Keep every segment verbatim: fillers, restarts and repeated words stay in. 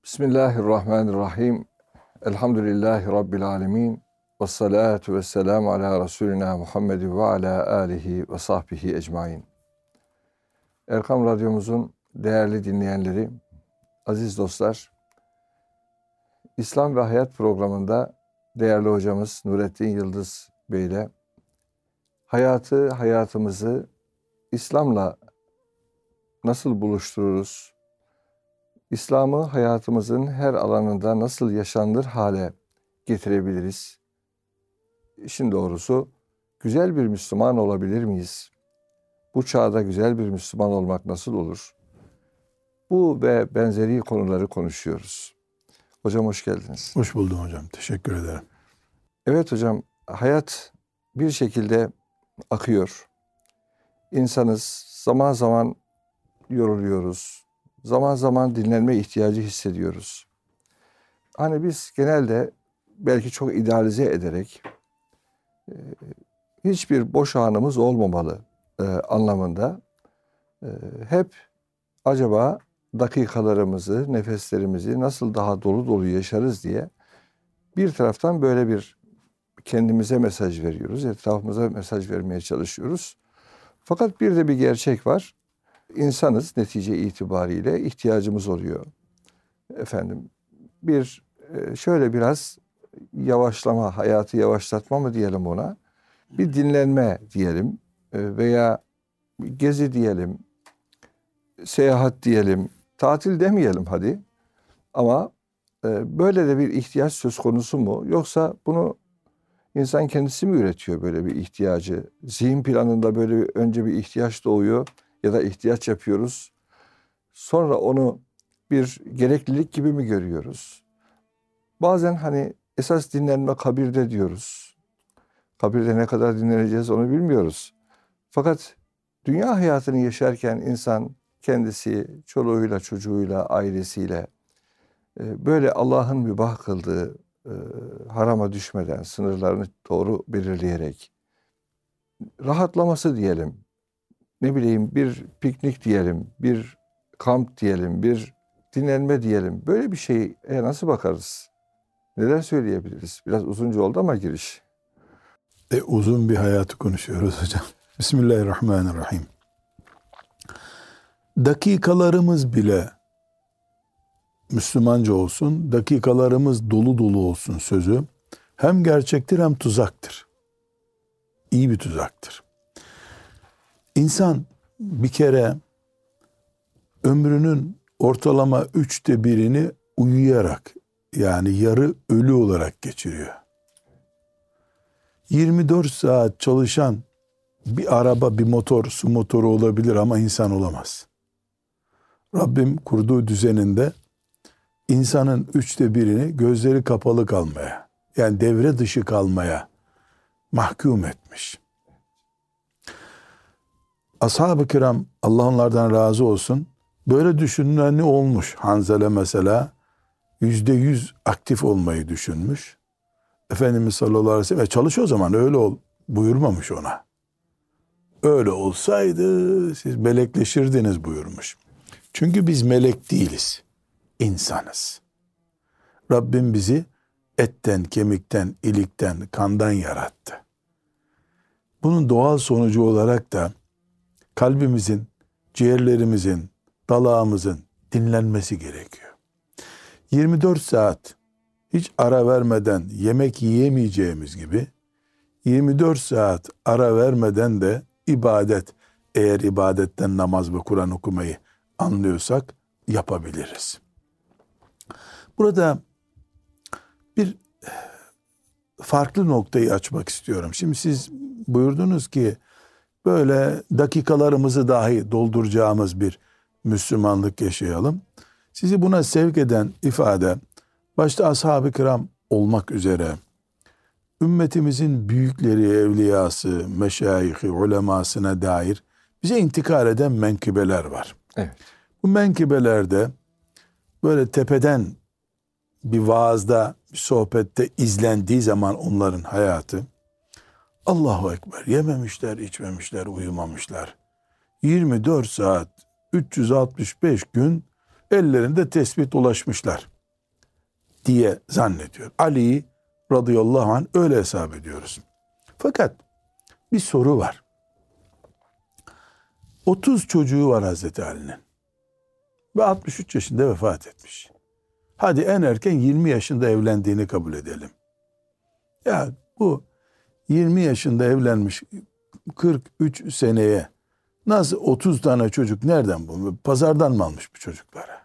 Bismillahirrahmanirrahim. Elhamdülillahi Rabbil alemin. Ve salatu ve selamu ala Resulina Muhammed ve ala alihi ve sahbihi ecmain. Erkam Radyomuzun değerli dinleyenleri, aziz dostlar, İslam ve Hayat programında değerli hocamız Nurettin Yıldız Bey ile hayatı, hayatımızı İslam'la nasıl buluştururuz? İslam'ı hayatımızın her alanında nasıl yaşanır hale getirebiliriz? İşin doğrusu güzel bir Müslüman olabilir miyiz? Bu çağda güzel bir Müslüman olmak nasıl olur? Bu ve benzeri konuları konuşuyoruz. Hocam hoş geldiniz. Hoş buldum hocam. Teşekkür ederim. Evet hocam, hayat bir şekilde akıyor. İnsanız, zaman zaman yoruluyoruz. Zaman zaman dinlenme ihtiyacı hissediyoruz. Hani biz genelde belki çok idealize ederek e, hiçbir boş anımız olmamalı e, anlamında e, hep acaba dakikalarımızı, nefeslerimizi nasıl daha dolu dolu yaşarız diye bir taraftan böyle bir kendimize mesaj veriyoruz, etrafımıza mesaj vermeye çalışıyoruz. Fakat bir de bir gerçek var. İnsanız netice itibariyle, ihtiyacımız oluyor. Efendim bir şöyle biraz yavaşlama, hayatı yavaşlatma mı diyelim ona? Bir dinlenme diyelim veya gezi diyelim, seyahat diyelim, tatil demeyelim hadi. Ama böyle de bir ihtiyaç söz konusu mu? Yoksa bunu insan kendisi mi üretiyor böyle bir ihtiyacı? Zihin planında böyle bir, önce bir ihtiyaç doğuyor ya da ihtiyaç yapıyoruz. Sonra onu bir gereklilik gibi mi görüyoruz? Bazen hani esas dinlenme kabirde diyoruz. Kabirde ne kadar dinleneceğiz onu bilmiyoruz. Fakat dünya hayatını yaşarken insan kendisi çoluğuyla, çocuğuyla, ailesiyle böyle Allah'ın mübah kıldığı harama düşmeden, sınırlarını doğru belirleyerek rahatlaması diyelim. Ne bileyim bir piknik diyelim, bir kamp diyelim, bir dinlenme diyelim. Böyle bir şeye nasıl bakarız? Neler söyleyebiliriz? Biraz uzunca oldu ama giriş. E, uzun bir hayatı konuşuyoruz hocam. Bismillahirrahmanirrahim. Dakikalarımız bile Müslümanca olsun, dakikalarımız dolu dolu olsun sözü hem gerçektir hem tuzaktır. İyi bir tuzaktır. İnsan bir kere ömrünün ortalama üçte birini uyuyarak, yani yarı ölü olarak geçiriyor. yirmi dört saat çalışan bir araba, bir motor, su motoru olabilir ama insan olamaz. Rabbim kurduğu düzeninde insanın üçte birini gözleri kapalı kalmaya, yani devre dışı kalmaya mahkum etmiş. Ashab-ı kiram, Allah onlardan razı olsun, böyle düşünüleni olmuş. Hanzale mesela yüzde yüz aktif olmayı düşünmüş. Efendimiz sallallahu aleyhi ve sellem çalış o zaman öyle ol buyurmamış ona. Öyle olsaydı siz melekleşirdiniz buyurmuş. Çünkü biz melek değiliz, insanız. Rabbim bizi etten, kemikten, ilikten, kandan yarattı. Bunun doğal sonucu olarak da kalbimizin, ciğerlerimizin, dalağımızın dinlenmesi gerekiyor. yirmi dört saat hiç ara vermeden yemek yiyemeyeceğimiz gibi yirmi dört saat ara vermeden de ibadet, eğer ibadetten namaz ve Kur'an okumayı anlıyorsak yapabiliriz. Burada bir farklı noktayı açmak istiyorum. Şimdi siz buyurdunuz ki böyle dakikalarımızı dahi dolduracağımız bir Müslümanlık yaşayalım. Sizi buna sevk eden ifade, başta ashab-ı kiram olmak üzere ümmetimizin büyükleri, evliyası, meşayihi, ulemasına dair bize intikal eden menkıbeler var. Evet. Bu menkıbelerde böyle tepeden bir vaazda, bir sohbette izlendiği zaman onların hayatı, Allahu Ekber, yememişler, içmemişler, uyumamışlar. yirmi dört saat, üç yüz altmış beş gün ellerinde tesbih dolaşmışlar. diye zannediyor. Ali'yi radıyallahu anh öyle hesap ediyoruz. Fakat bir soru var. otuz çocuğu var Hazreti Ali'nin. Ve altmış üç yaşında vefat etmiş. Hadi en erken yirmi yaşında evlendiğini kabul edelim. Ya bu yirmi yaşında evlenmiş kırk üç seneye nasıl otuz tane çocuk nereden bulmuş? Pazardan mı almış bu çocuklara?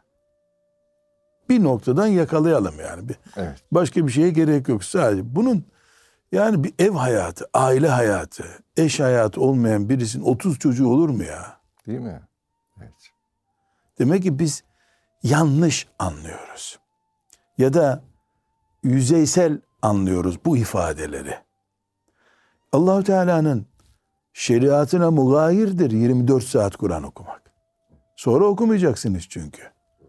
Bir noktadan yakalayalım yani. Evet. Başka bir şeye gerek yok. Sadece bunun yani bir ev hayatı, aile hayatı, eş hayatı olmayan birisinin otuz çocuğu olur mu ya? Değil mi? Evet. Demek ki biz yanlış anlıyoruz. Ya da yüzeysel anlıyoruz bu ifadeleri. Allah-u Teala'nın şeriatına mugayirdir yirmi dört saat Kur'an okumak. Sonra okumayacaksınız çünkü.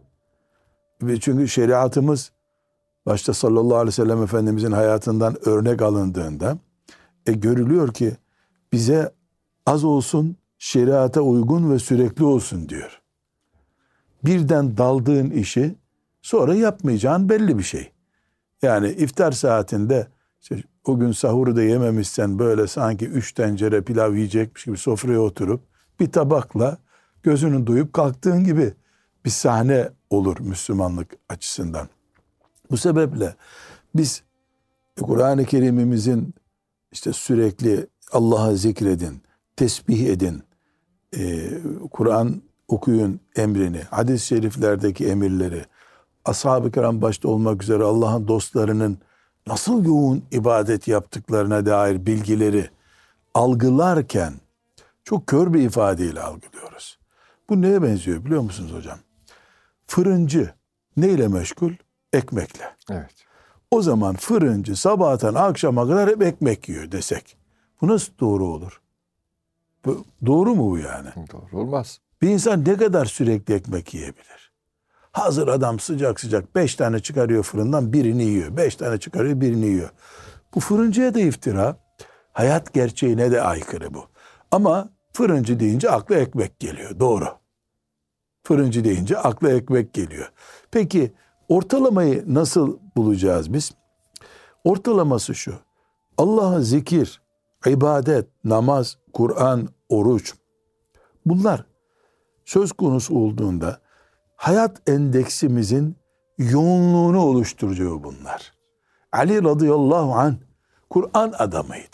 Ve çünkü şeriatımız başta sallallahu aleyhi ve sellem Efendimizin hayatından örnek alındığında e, görülüyor ki bize az olsun şeriata uygun ve sürekli olsun diyor. Birden daldığın işi sonra yapmayacağın belli bir şey. Yani iftar saatinde işte o gün sahuru da yememişsen böyle sanki üç tencere pilav yiyecekmiş gibi sofraya oturup bir tabakla gözünün doyup kalktığın gibi bir sahne olur Müslümanlık açısından. Bu sebeple biz Kur'an-ı Kerim'imizin işte sürekli Allah'a zikredin, tesbih edin, e, Kur'an okuyun emrini, hadis-i şeriflerdeki emirleri, ashab-ı kiram başta olmak üzere Allah'ın dostlarının nasıl yoğun ibadet yaptıklarına dair bilgileri algılarken çok kör bir ifadeyle algılıyoruz. Bu neye benziyor biliyor musunuz hocam? Fırıncı neyle meşgul? Ekmekle. Evet. O zaman fırıncı sabahtan akşama kadar hep ekmek yiyor desek. Bu nasıl doğru olur? Bu, doğru mu bu yani? Doğru olmaz. Bir insan ne kadar sürekli ekmek yiyebilir? Hazır adam sıcak sıcak beş tane çıkarıyor fırından birini yiyor. Beş tane çıkarıyor birini yiyor. Bu fırıncıya da iftira. Hayat gerçeğine de aykırı bu. Ama fırıncı deyince akla ekmek geliyor. Doğru. Fırıncı deyince akla ekmek geliyor. Peki ortalamayı nasıl bulacağız biz? Ortalaması şu. Allah'a zikir, ibadet, namaz, Kur'an, oruç. Bunlar söz konusu olduğunda hayat endeksimizin yoğunluğunu oluşturuyor bunlar. Ali radıyallahu anh Kur'an adamıydı.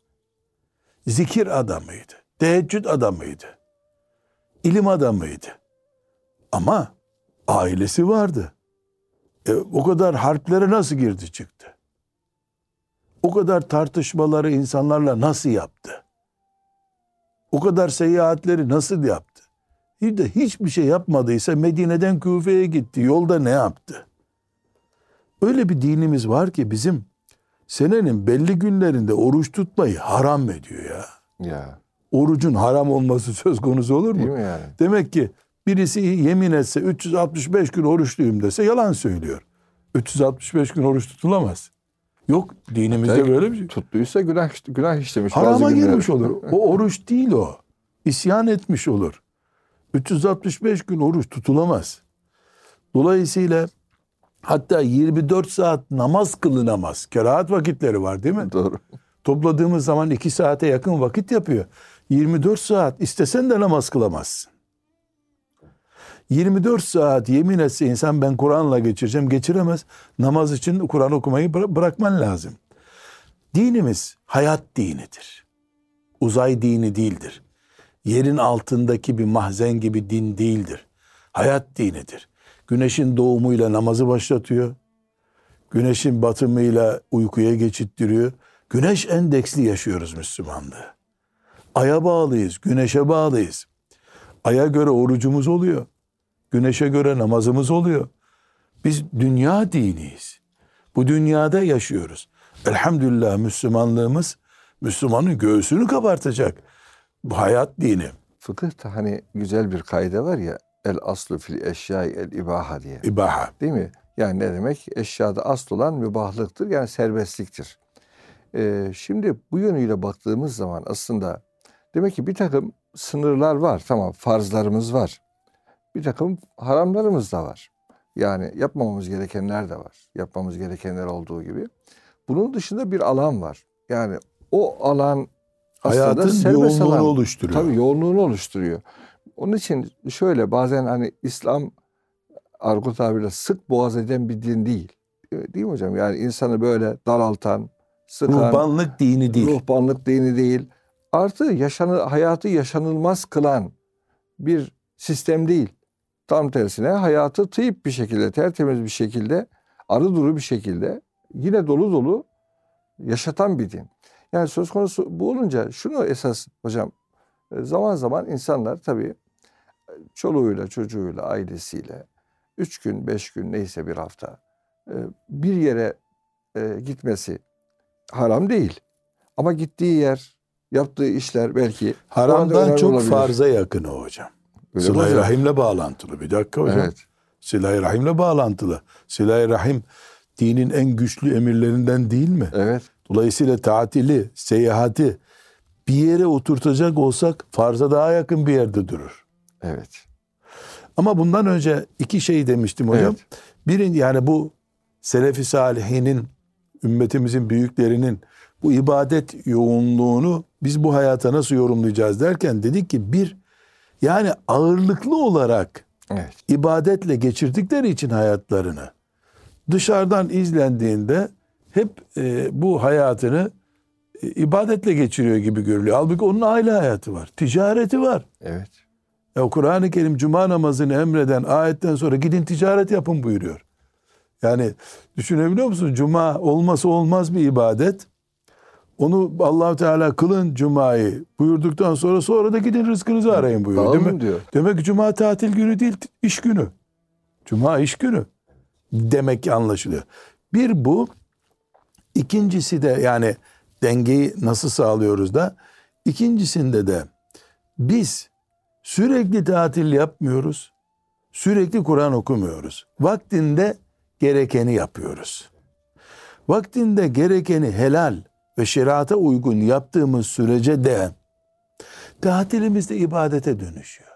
Zikir adamıydı. Teheccüd adamıydı. İlim adamıydı. Ama ailesi vardı. E, o kadar harplere nasıl girdi çıktı? O kadar tartışmaları insanlarla nasıl yaptı? O kadar seyahatleri nasıl yaptı? Bir de hiçbir şey yapmadıysa Medine'den Küfe'ye gitti. Yolda ne yaptı? Öyle bir dinimiz var ki bizim senenin belli günlerinde oruç tutmayı haram ediyor ya. Ya. Orucun haram olması söz konusu olur mu? Değil mi yani? Demek ki birisi yemin etse üç yüz altmış beş gün oruçluyum dese yalan söylüyor. üç yüz altmış beş gün oruç tutulamaz. Yok dinimizde Tek böyle bir şey. Tuttuysa günah, günah işlemiş. Harama bazı girmiş günler. olur. O oruç değil o. İsyan etmiş olur. üç yüz altmış beş gün oruç tutulamaz. Dolayısıyla hatta yirmi dört saat namaz kılınamaz. Kerahat vakitleri var değil mi? Doğru. Topladığımız zaman iki saate yakın vakit yapıyor. yirmi dört saat istesen de namaz kılamazsın. yirmi dört saat yemin etse insan ben Kur'an'la geçireceğim, geçiremez. Namaz için Kur'an okumayı bıra- bırakman lazım. Dinimiz hayat dinidir. Uzay dini değildir. Yerin altındaki bir mahzen gibi din değildir. Hayat dinidir. Güneşin doğumuyla namazı başlatıyor. Güneşin batımıyla uykuya geçittiriyor. Güneş endeksli yaşıyoruz Müslümanlığı. Aya bağlıyız, güneşe bağlıyız. Aya göre orucumuz oluyor. Güneşe göre namazımız oluyor. Biz dünya diniyiz. Bu dünyada yaşıyoruz. Elhamdülillah Müslümanlığımız Müslümanın göğsünü kabartacak. Bu hayat dini. Fıkıhta hani güzel bir kaide var ya, el aslu fil eşyai el ibaha diye. İbaha. Değil mi? Yani ne demek? Eşyada asıl olan mübahlıktır, yani serbestliktir. Ee, şimdi bu yönüyle baktığımız zaman aslında demek ki bir takım sınırlar var. Tamam, farzlarımız var. Bir takım haramlarımız da var. Yani yapmamamız gerekenler de var. Yapmamız gerekenler olduğu gibi. Bunun dışında bir alan var. Yani o alan aslında Hayatın serbest yoğunluğunu alan. oluşturuyor. Tabii yoğunluğunu oluşturuyor. Onun için şöyle bazen hani İslam argo tabirle sık boğaz eden bir din değil. Değil mi hocam? Yani insanı böyle daraltan, sıkan, Ruhbanlık dini değil. ruhbanlık dini değil. Artı yaşanı, hayatı yaşanılmaz kılan bir sistem değil. Tam tersine hayatı tıyıp bir şekilde, tertemiz bir şekilde, arı duru bir şekilde, yine dolu dolu yaşatan bir din. Yani söz konusu bu olunca şunu esas hocam, zaman zaman insanlar tabii çoluğuyla, çocuğuyla, ailesiyle üç gün, beş gün neyse bir hafta bir yere gitmesi haram değil. Ama gittiği yer, yaptığı işler belki haramdan çok olabilir. Farza yakın o hocam. Sıla-i Rahim'le bağlantılı. Bir dakika hocam. Evet. Sıla-i Rahim'le bağlantılı. Sıla-i Rahim dinin en güçlü emirlerinden değil mi? Evet. Dolayısıyla tatili, seyahati bir yere oturtacak olsak farza daha yakın bir yerde durur. Evet. Ama bundan önce iki şey demiştim hocam. Evet. Birin yani bu Selefi Salihinin, ümmetimizin büyüklerinin bu ibadet yoğunluğunu biz bu hayata nasıl yorumlayacağız derken dedik ki bir, yani ağırlıklı olarak Evet. ibadetle geçirdikleri için hayatlarını dışarıdan izlendiğinde hep e, bu hayatını e, ibadetle geçiriyor gibi görülüyor. Halbuki onun aile hayatı var, ticareti var. Evet. Ya Kur'an-ı Kerim cuma namazını emreden ayetten sonra gidin ticaret yapın buyuruyor. Yani düşünebiliyor musun? Cuma olması olmaz bir ibadet. Onu Allah Teala kılın cumayı buyurduktan sonra sonra da gidin rızkınızı arayın buyuruyor. Dağılın Demek, diyor. demek ki cuma tatil günü değil, iş günü. Cuma iş günü. Demek ki anlaşılıyor. Bir bu. İkincisi de yani dengeyi nasıl sağlıyoruz da. İkincisinde de biz sürekli tatil yapmıyoruz. Sürekli Kur'an okumuyoruz. Vaktinde gerekeni yapıyoruz. Vaktinde gerekeni helal ve şeriata uygun yaptığımız sürece de tatilimiz de ibadete dönüşüyor.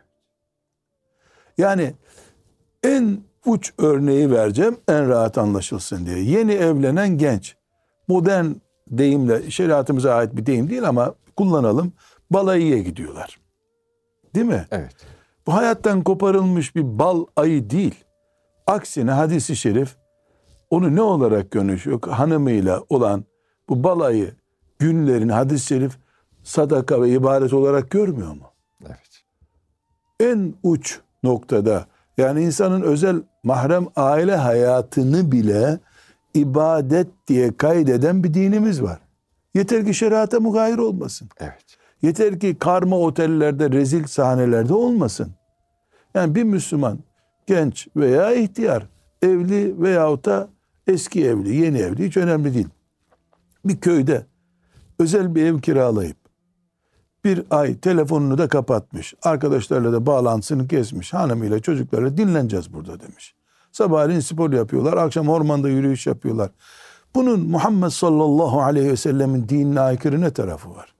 Yani en uç örneği vereceğim en rahat anlaşılsın diye. Yeni evlenen genç, modern deyimle, şeriatımıza ait bir deyim değil ama kullanalım, balayıya gidiyorlar. Değil mi? Evet. Bu hayattan koparılmış bir bal ayı değil. Aksine hadis-i şerif onu ne olarak konuşuyor? Hanımıyla olan bu balayı günlerini hadis-i şerif sadaka ve ibadet olarak görmüyor mu? Evet. En uç noktada yani insanın özel mahrem aile hayatını bile ibadet diye kaydeden bir dinimiz var. Yeter ki şeriata mugayir olmasın. Evet. Yeter ki karma otellerde, rezil sahnelerde olmasın. Yani bir Müslüman, genç veya ihtiyar, evli veyahut da eski evli, yeni evli hiç önemli değil. Bir köyde özel bir ev kiralayıp bir ay telefonunu da kapatmış. Arkadaşlarla da bağlantısını kesmiş. Hanımıyla çocuklarla dinleneceğiz burada demiş. Sabahleyin spor yapıyorlar. Akşam ormanda yürüyüş yapıyorlar. Bunun Muhammed sallallahu aleyhi ve sellemin dinine aykırı ne tarafı var?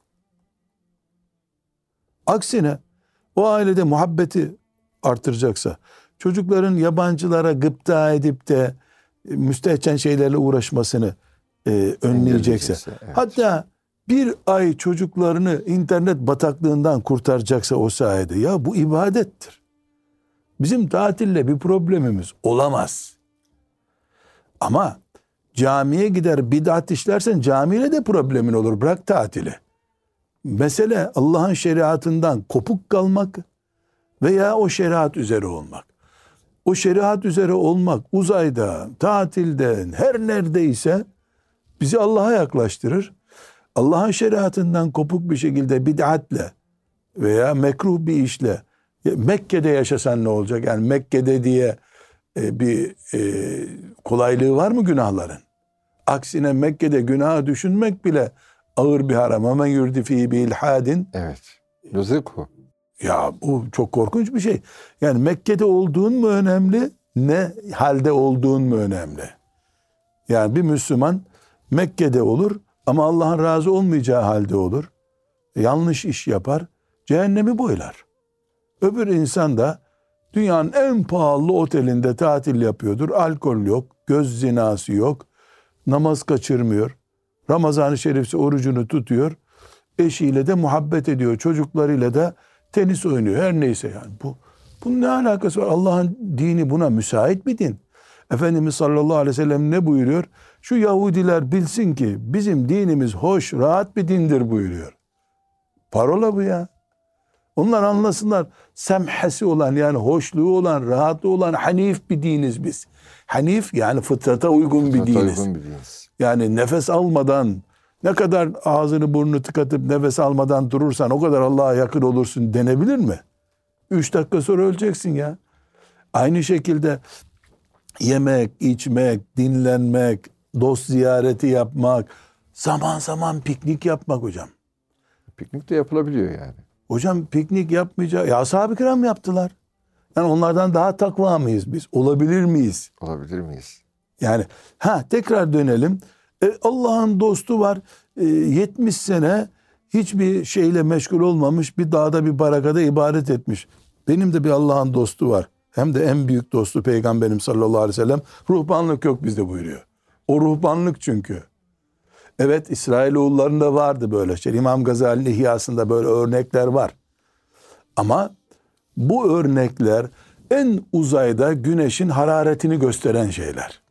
Aksine o ailede muhabbeti artıracaksa, çocukların yabancılara gıpta edip de e, müstehcen şeylerle uğraşmasını e, önleyecekse, Evet. hatta bir ay çocuklarını internet bataklığından kurtaracaksa o sayede, ya bu ibadettir. Bizim tatille bir problemimiz olamaz. Ama camiye gider bid'at işlersen camiyle de problemin olur. Bırak tatili. Mesele Allah'ın şeriatından kopuk kalmak veya o şeriat üzere olmak. O şeriat üzere olmak uzayda, tatilde, her neredeyse bizi Allah'a yaklaştırır. Allah'ın şeriatından kopuk bir şekilde bid'atle veya mekruh bir işle Mekke'de yaşasan ne olacak? Yani Mekke'de diye e, bir e, kolaylığı var mı günahların? Aksine Mekke'de günahı düşünmek bile ağır bir haram. Ama yurdi fi bi ilhadin. Evet. Yuzikhu. Ya bu çok korkunç bir şey. Yani Mekke'de olduğun mu önemli, ne halde olduğun mu önemli? Yani bir Müslüman Mekke'de olur ama Allah'ın razı olmayacağı halde olur. Yanlış iş yapar, cehennemi boylar. Öbür insan da Dünyanın en pahalı otelinde tatil yapıyordur. Alkol yok, göz zinası yok, namaz kaçırmıyor. Ramazan-ı Şerif'si orucunu tutuyor. Eşiyle de muhabbet ediyor. Çocuklarıyla da tenis oynuyor. Her neyse yani. Bu, bunun ne alakası var? Allah'ın dini buna müsait bir din. Efendimiz sallallahu aleyhi ve sellem ne buyuruyor? Şu Yahudiler bilsin ki bizim dinimiz hoş, rahat bir dindir buyuruyor. Parola bu ya. Onlar anlasınlar. Semhesi olan, yani hoşluğu olan, rahatlığı olan hanif bir diniz biz. Hanif yani fıtrata uygun bir Fıtrata diniz. uygun bir diniz. Yani nefes almadan, ne kadar ağzını burnunu tıkatıp nefes almadan durursan o kadar Allah'a yakın olursun denebilir mi? Üç dakika sonra öleceksin ya. Aynı şekilde yemek, içmek, dinlenmek, dost ziyareti yapmak, zaman zaman piknik yapmak hocam. Piknik de yapılabiliyor yani. Hocam piknik yapmayacak. Ya ashab-ı kiram yaptılar. Yani onlardan daha takva mıyız biz? Olabilir miyiz? Olabilir miyiz? Yani ha tekrar dönelim. E, Allah'ın dostu var. E, yetmiş sene hiçbir şeyle meşgul olmamış, bir dağda bir barakada ibadet etmiş. Benim de bir Allah'ın dostu var. Hem de en büyük dostu Peygamberim sallallahu aleyhi ve sellem. Ruhbanlık yok bizde buyuruyor. O ruhbanlık çünkü. Evet, İsrailoğullarında vardı böyle şey. İmam Gazali'nin İhyasında böyle örnekler var. Ama bu örnekler en uzayda güneşin hararetini gösteren şeyler.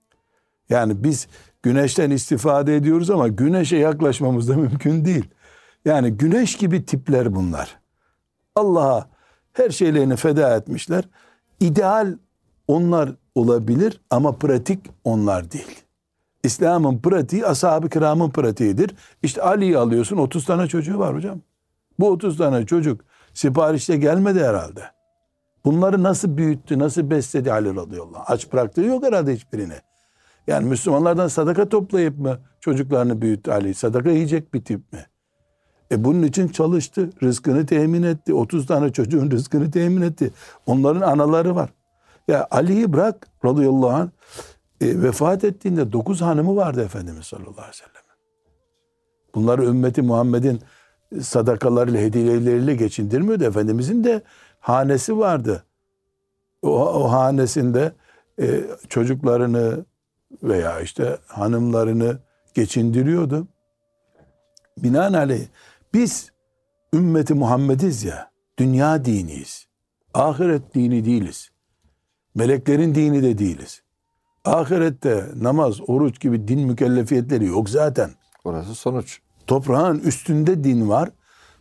Yani biz güneşten istifade ediyoruz ama güneşe yaklaşmamız da mümkün değil. Yani güneş gibi tipler bunlar. Allah'a her şeylerini feda etmişler. İdeal onlar olabilir ama pratik onlar değil. İslam'ın pratiği ashab-ı kiramın pratiğidir. İşte Ali'yi alıyorsun, otuz tane çocuğu var hocam. Bu otuz tane çocuk siparişte gelmedi herhalde. Bunları nasıl büyüttü, nasıl besledi Ali radıyallahu anh? Aç bıraktığı yok herhalde hiçbirini. Yani Müslümanlardan sadaka toplayıp mı çocuklarını büyüttü Ali? Sadaka yiyecek bir tip mi? E bunun için çalıştı, rızkını temin etti. otuz tane çocuğun rızkını temin etti. Onların anaları var. Ya Ali'yi bırak radıyallahu anh, e, vefat ettiğinde dokuz hanımı vardı Efendimiz sallallahu aleyhi ve sellem. Bunları ümmeti Muhammed'in sadakalarıyla, hediyeleriyle geçindirmiyordu. Efendimizin de hanesi vardı. O, o hanesinde e, çocuklarını veya işte hanımlarını geçindiriyordu. Binaenaleyh biz ümmeti Muhammediz ya, dünya diniyiz. Ahiret dini değiliz. Meleklerin dini de değiliz. Ahirette namaz, oruç gibi din mükellefiyetleri yok zaten. Orası sonuç. Toprağın üstünde din var.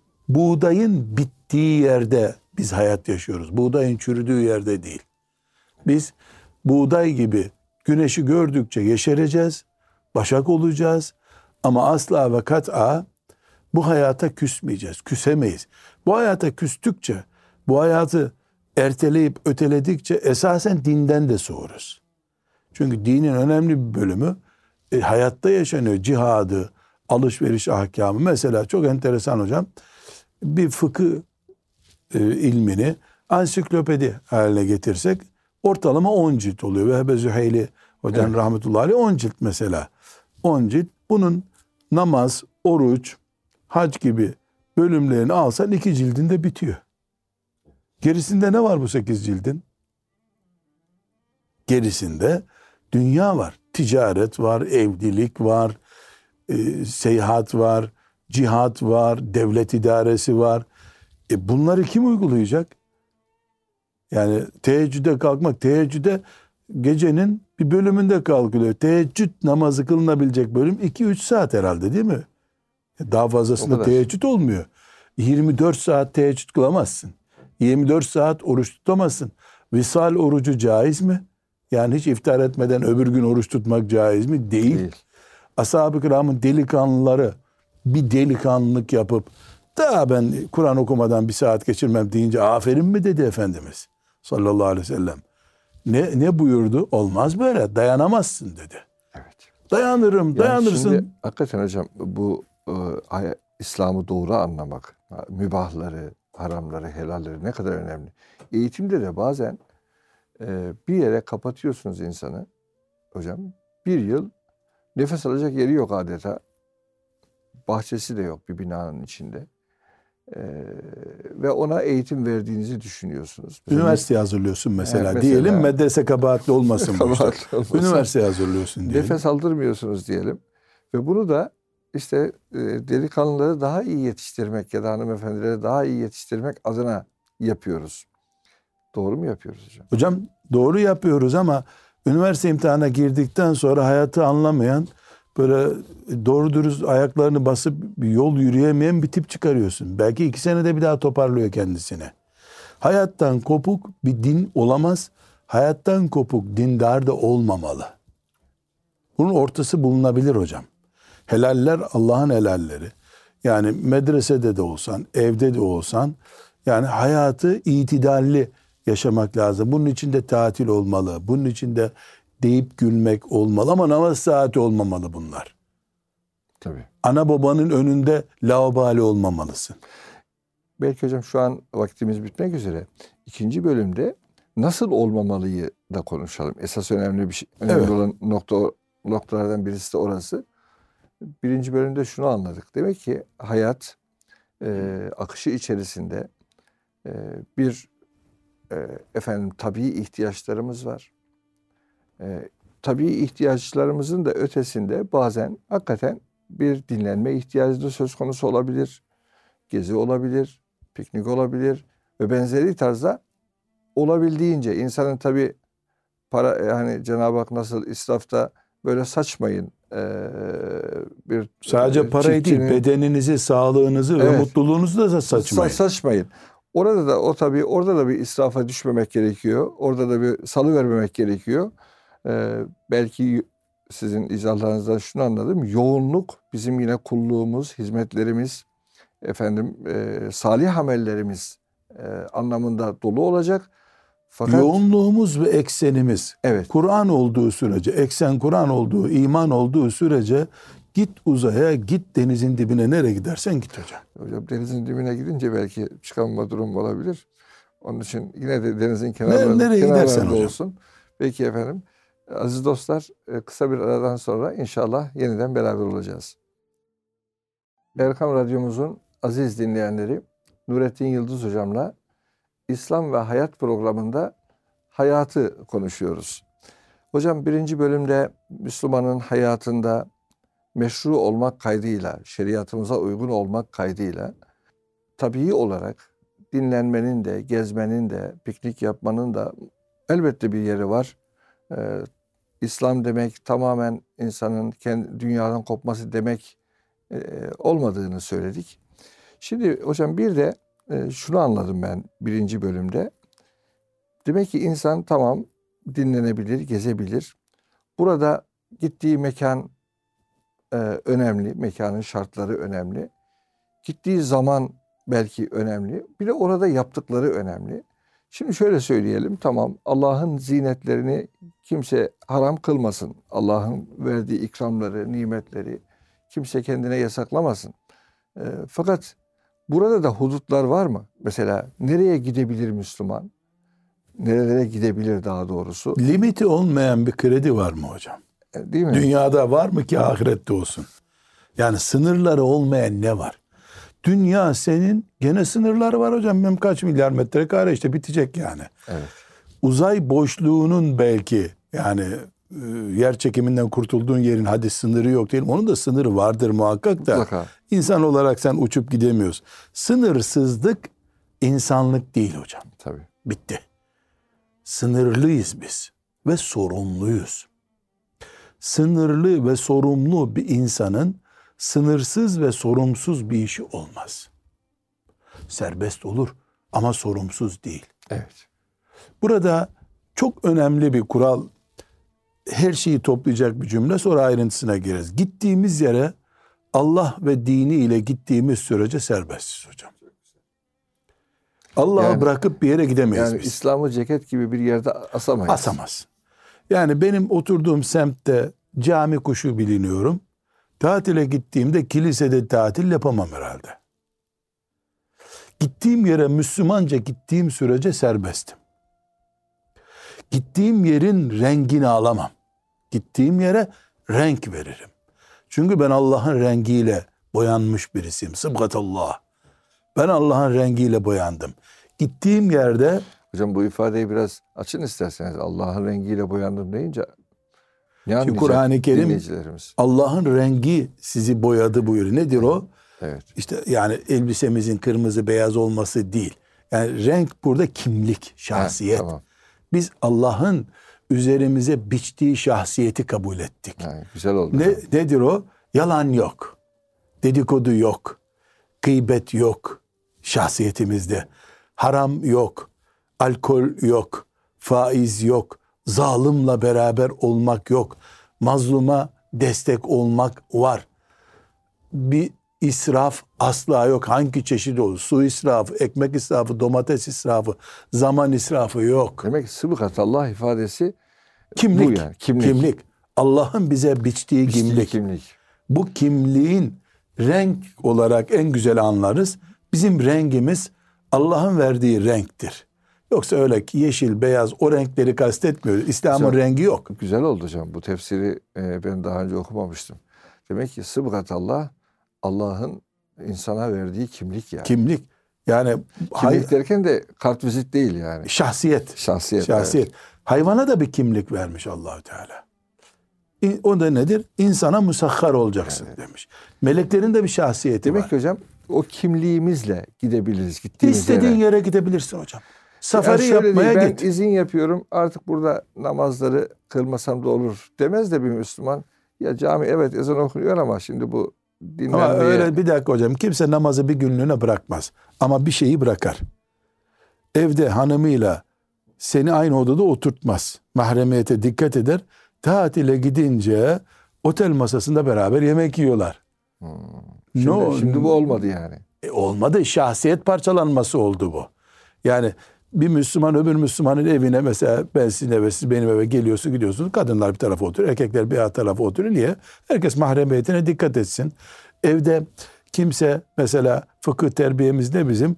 Buğdayın bittiği yerde biz hayat yaşıyoruz. Buğdayın çürüdüğü yerde değil. Biz buğday gibi güneşi gördükçe yeşereceğiz, başak olacağız ama asla ve kat'a bu hayata küsmeyeceğiz, küsemeyiz. Bu hayata küstükçe, bu hayatı erteleyip öteledikçe esasen dinden de soğuruz. Çünkü dinin önemli bir bölümü e, hayatta yaşanıyor. Cihadı, alışveriş ahkamı. Mesela çok enteresan hocam. Bir fıkıh e, ilmini ansiklopedi haline getirsek ortalama on cilt oluyor. Vehbe Züheyli hocam evet, rahmetullahi aleyh on cilt mesela. on cilt. Bunun namaz, oruç, hac gibi bölümlerini alsan iki cildinde bitiyor. Gerisinde ne var bu sekiz cildin? Gerisinde dünya var. Ticaret var, evlilik var, e, seyahat var, cihat var, devlet idaresi var. E bunları kim uygulayacak? Yani teheccüde kalkmak, teheccüde gecenin bir bölümünde kalkılıyor. Teheccüd namazı kılınabilecek bölüm iki üç saat herhalde değil mi? Daha fazlasında teheccüd olmuyor. yirmi dört saat teheccüd kılamazsın. yirmi dört saat oruç tutamazsın. Visal orucu caiz mi? Yani hiç iftar etmeden öbür gün oruç tutmak caiz mi? Değil. Değil. Ashab-ı kiramın delikanlıları bir delikanlılık yapıp daha ben Kur'an okumadan bir saat geçirmem deyince aferin mi dedi Efendimiz sallallahu aleyhi ve sellem. Ne, ne buyurdu? Olmaz böyle, dayanamazsın dedi. Evet. Dayanırım, yani dayanırsın. Şimdi hakikaten hocam bu e, İslam'ı doğru anlamak, mübahları, haramları, helalleri ne kadar önemli. Eğitimde de bazen e, bir yere kapatıyorsunuz insanı hocam. Bir yıl nefes alacak yeri yok adeta. Bahçesi de yok bir binanın içinde. e, ve ona eğitim verdiğinizi düşünüyorsunuz. Mesela Üniversiteye hazırlıyorsun mesela. Evet, mesela Diyelim medrese kabahatli olmasın bu işte. kabahatli olmasın. Üniversiteye hazırlıyorsun diyelim. Nefes aldırmıyorsunuz diyelim. Ve bunu da işte e, delikanlıları daha iyi yetiştirmek ya da hanımefendileri daha iyi yetiştirmek adına yapıyoruz. Doğru mu yapıyoruz hocam? Hocam doğru yapıyoruz ama üniversite imtihanına girdikten sonra hayatı anlamayan, böyle doğru dürüst ayaklarını basıp bir yol yürüyemeyen bir tip çıkarıyorsun. Belki iki senede bir daha toparlıyor kendisini. Hayattan kopuk bir din olamaz. Hayattan kopuk dindar da olmamalı. Bunun ortası bulunabilir hocam. Helaller Allah'ın helalleri. Yani medresede de olsan, evde de olsan, yani hayatı itidalli yaşamak lazım. Bunun için de tatil olmalı. Bunun için de deyip gülmek olmalı ama namaz saati olmamalı bunlar. Tabii. Ana babanın önünde laubali olmamalısın. Belki hocam şu an vaktimiz bitmek üzere. İkinci bölümde nasıl olmamalıyı da konuşalım. Esas önemli bir şey, önemli Evet. olan nokta noktalardan birisi de orası. Birinci bölümde şunu anladık. Demek ki hayat e, akışı içerisinde e, bir e, efendim tabii ihtiyaçlarımız var. E, tabii ihtiyaçlarımızın da ötesinde bazen hakikaten bir dinlenme ihtiyacı da söz konusu olabilir. Gezi olabilir, piknik olabilir ve benzeri tarzda olabildiğince insanın tabii para yani Cenab-ı Hak nasıl israfta böyle saçmayın ee, bir Sadece e, parayı değil, çiftçinin- bedeninizi, sağlığınızı ve Evet. mutluluğunuzu da saçmayın. Sa- saçmayın. Orada da o tabii orada da bir israfa düşmemek gerekiyor. Orada da bir salı vermemek gerekiyor. Ee, belki sizin izahlarınızdan şunu anladım. Yoğunluk bizim yine kulluğumuz, hizmetlerimiz, efendim e, salih amellerimiz e, anlamında dolu olacak. Fakat Yoğunluğumuz ve eksenimiz evet. Kur'an olduğu sürece, eksen Kur'an olduğu, iman olduğu sürece git uzaya, git denizin dibine, nereye gidersen git hocam. Hocam denizin dibine gidince belki çıkanma durum olabilir. Onun için yine de denizin kenarlarında, nereye kenarlarında gidersen hocam. olsun. Peki efendim. Aziz dostlar, kısa bir aradan sonra inşallah yeniden beraber olacağız. Erkam Radyomuzun aziz dinleyenleri, Nurettin Yıldız Hocam'la İslam ve Hayat programında hayatı konuşuyoruz. Hocam birinci bölümde Müslümanın hayatında meşru olmak kaydıyla, şeriatımıza uygun olmak kaydıyla tabii olarak dinlenmenin de, gezmenin de, piknik yapmanın da elbette bir yeri var. Ee, İslam demek tamamen insanın kendi dünyadan kopması demek e, olmadığını söyledik. Şimdi hocam bir de e, şunu anladım ben birinci bölümde. Demek ki insan tamam dinlenebilir, gezebilir. Burada gittiği mekan e, önemli, mekanın şartları önemli. Gittiği zaman belki önemli. Bir de orada yaptıkları önemli. Şimdi şöyle söyleyelim, tamam Allah'ın zinetlerini kimse haram kılmasın. Allah'ın verdiği ikramları, nimetleri kimse kendine yasaklamasın. E, fakat burada da hudutlar var mı? Mesela nereye gidebilir Müslüman? Nerelere gidebilir daha doğrusu? Limiti olmayan bir kredi var mı hocam? E, değil mi? Dünyada var mı ki ahirette olsun? Yani sınırları olmayan ne var? Dünya senin, gene sınırları var hocam. Benim kaç milyar metrekare işte bitecek yani. Evet. Uzay boşluğunun belki yani e, yer çekiminden kurtulduğun yerin hadi sınırı yok değil. Onun da sınırı vardır muhakkak da. Mutlaka. İnsan olarak sen uçup gidemiyorsun. Sınırsızlık insanlık değil hocam. Tabii. Bitti. Sınırlıyız biz ve sorumluyuz. Sınırlı ve sorumlu bir insanın sınırsız ve sorumsuz bir işi olmaz. Serbest olur ama sorumsuz değil. Evet. Burada çok önemli bir kural, her şeyi toplayacak bir cümle, sonra ayrıntısına gireriz. Gittiğimiz yere Allah ve dini ile gittiğimiz sürece serbestiz hocam. Allah'ı Yani- bırakıp bir yere gidemeyiz Yani biz. İslam'ı ceket gibi bir yerde asamayız. Asamaz. Yani benim oturduğum semtte cami kuşu biliniyorum. Tatile gittiğimde kilisede tatil yapamam herhalde. Gittiğim yere Müslümanca gittiğim sürece serbestim. Gittiğim yerin rengini alamam. Gittiğim yere renk veririm. Çünkü ben Allah'ın rengiyle boyanmış birisiyim. Sıbgatallah. Ben Allah'ın rengiyle boyandım. Gittiğim yerde... Hocam bu ifadeyi biraz açın isterseniz. Allah'ın rengiyle boyandım deyince ne anlayacak Kur'an-ı Kerim dinleyicilerimiz? Allah'ın rengi sizi boyadı buyuruyor. Nedir o? Evet. İşte yani elbisemizin kırmızı beyaz olması değil. Yani renk burada kimlik, şahsiyet. Ha, tamam. Biz Allah'ın üzerimize biçtiği şahsiyeti kabul ettik. Ha, güzel oldu. Ne, nedir o? Yalan yok. Dedikodu yok. Gıybet yok şahsiyetimizde. Haram yok. Alkol yok. Faiz yok. Zalimle beraber olmak yok. Mazluma destek olmak var. Bir israf asla yok. Hangi çeşidi olur? Su israfı, ekmek israfı, domates israfı, zaman israfı yok. Demek ki sıbıkat Allah ifadesi Kimlik. bu yani. Kimlik. Kimlik. Allah'ın bize biçtiği Biçtiği kimlik. kimlik. Bu kimliğin renk olarak en güzel anlarız. Bizim rengimiz Allah'ın verdiği renktir. Yoksa öyle ki yeşil, beyaz o renkleri kastetmiyoruz. İslam'ın Güzel. rengi yok. Güzel oldu hocam. Bu tefsiri e, ben daha önce okumamıştım. Demek ki sıbıkat Allah, Allah'ın insana verdiği kimlik yani. Kimlik. Yani Kimlik hay- derken de kartvizit değil yani. şahsiyet. Şahsiyet. Şahsiyet. Evet. Hayvana da bir kimlik vermiş Allahü Teala. İ- O da nedir? İnsana musahhar olacaksın Evet. demiş. Meleklerin de bir şahsiyeti Demek var. ki hocam o kimliğimizle gidebiliriz. Gittiğimiz İstediğin yere. yere gidebilirsin hocam. Safari Yani şöyle yapmaya değil, ben git. izin yapıyorum artık burada namazları kılmasam da olur demez de bir Müslüman. Ya cami evet ezan okunuyor ama şimdi bu dinlenmeye... Ama öyle bir dakika hocam. Kimse namazı bir günlüğüne bırakmaz. Ama bir şeyi bırakar. Evde hanımıyla seni aynı odada oturtmaz. Mahremiyete dikkat eder. Tatile gidince otel masasında beraber yemek yiyorlar. Hmm. Ne Şimdi, o- şimdi bu olmadı yani. E, olmadı. Şahsiyet parçalanması oldu bu. Yani bir Müslüman öbür Müslümanın evine mesela ben sizin eve siz benim eve geliyorsunuz gidiyorsunuz. Kadınlar bir tarafa oturuyor. Erkekler bir tarafa oturuyor. Niye? Herkes mahremiyetine dikkat etsin. Evde kimse mesela fıkıh terbiyemizde bizim